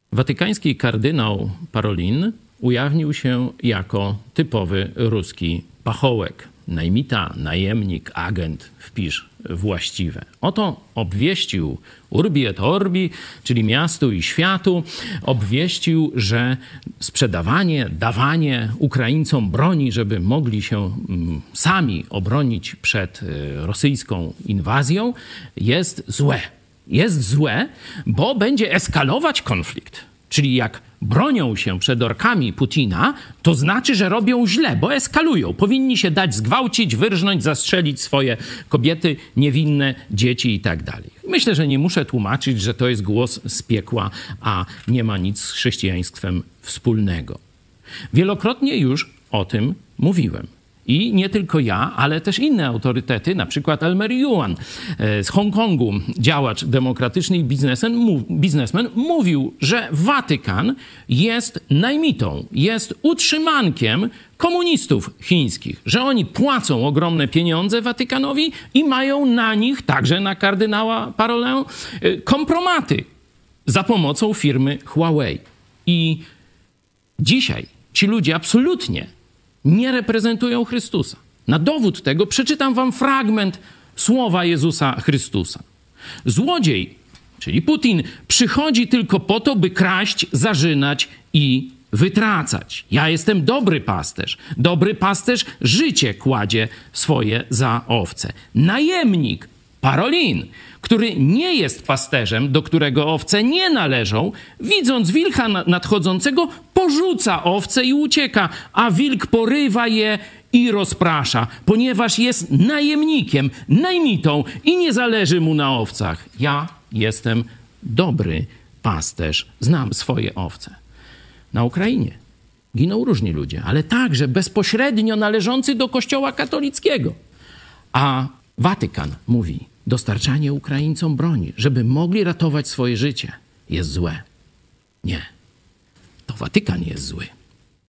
Watykański kardynał Parolin ujawnił się jako typowy ruski pachołek. Najmita, najemnik, agent, wpisz właściwe. Oto obwieścił Urbi et Orbi, czyli miastu i światu, obwieścił, że sprzedawanie, dawanie Ukraińcom broni, żeby mogli się sami obronić przed rosyjską inwazją, jest złe. Jest złe, bo będzie eskalować konflikt. Czyli jak bronią się przed orkami Putina, to znaczy, że robią źle, bo eskalują. Powinni się dać zgwałcić, wyrżnąć, zastrzelić swoje kobiety, niewinne dzieci i tak dalej. Myślę, że nie muszę tłumaczyć, że to jest głos z piekła, a nie ma nic z chrześcijaństwem wspólnego. Wielokrotnie już o tym mówiłem. I nie tylko ja, ale też inne autorytety, na przykład Elmer Yuan z Hongkongu, działacz demokratyczny i biznesmen, mówił, że Watykan jest najmitą, jest utrzymankiem komunistów chińskich, że oni płacą ogromne pieniądze Watykanowi i mają na nich, także na kardynała Parolin, kompromaty za pomocą firmy Huawei. I dzisiaj ci ludzie absolutnie nie reprezentują Chrystusa. Na dowód tego przeczytam wam fragment słowa Jezusa Chrystusa. Złodziej, czyli Putin, przychodzi tylko po to, by kraść, zarzynać i wytracać. Ja jestem dobry pasterz. Dobry pasterz życie kładzie swoje za owce. Najemnik, Parolin, który nie jest pasterzem, do którego owce nie należą, widząc wilka nadchodzącego, porzuca owce i ucieka, a wilk porywa je i rozprasza, ponieważ jest najemnikiem, najmitą i nie zależy mu na owcach. Ja jestem dobry pasterz, znam swoje owce. Na Ukrainie giną różni ludzie, ale także bezpośrednio należący do Kościoła katolickiego. A Watykan mówi, dostarczanie Ukraińcom broni, żeby mogli ratować swoje życie, jest złe. Nie. To Watykan jest zły.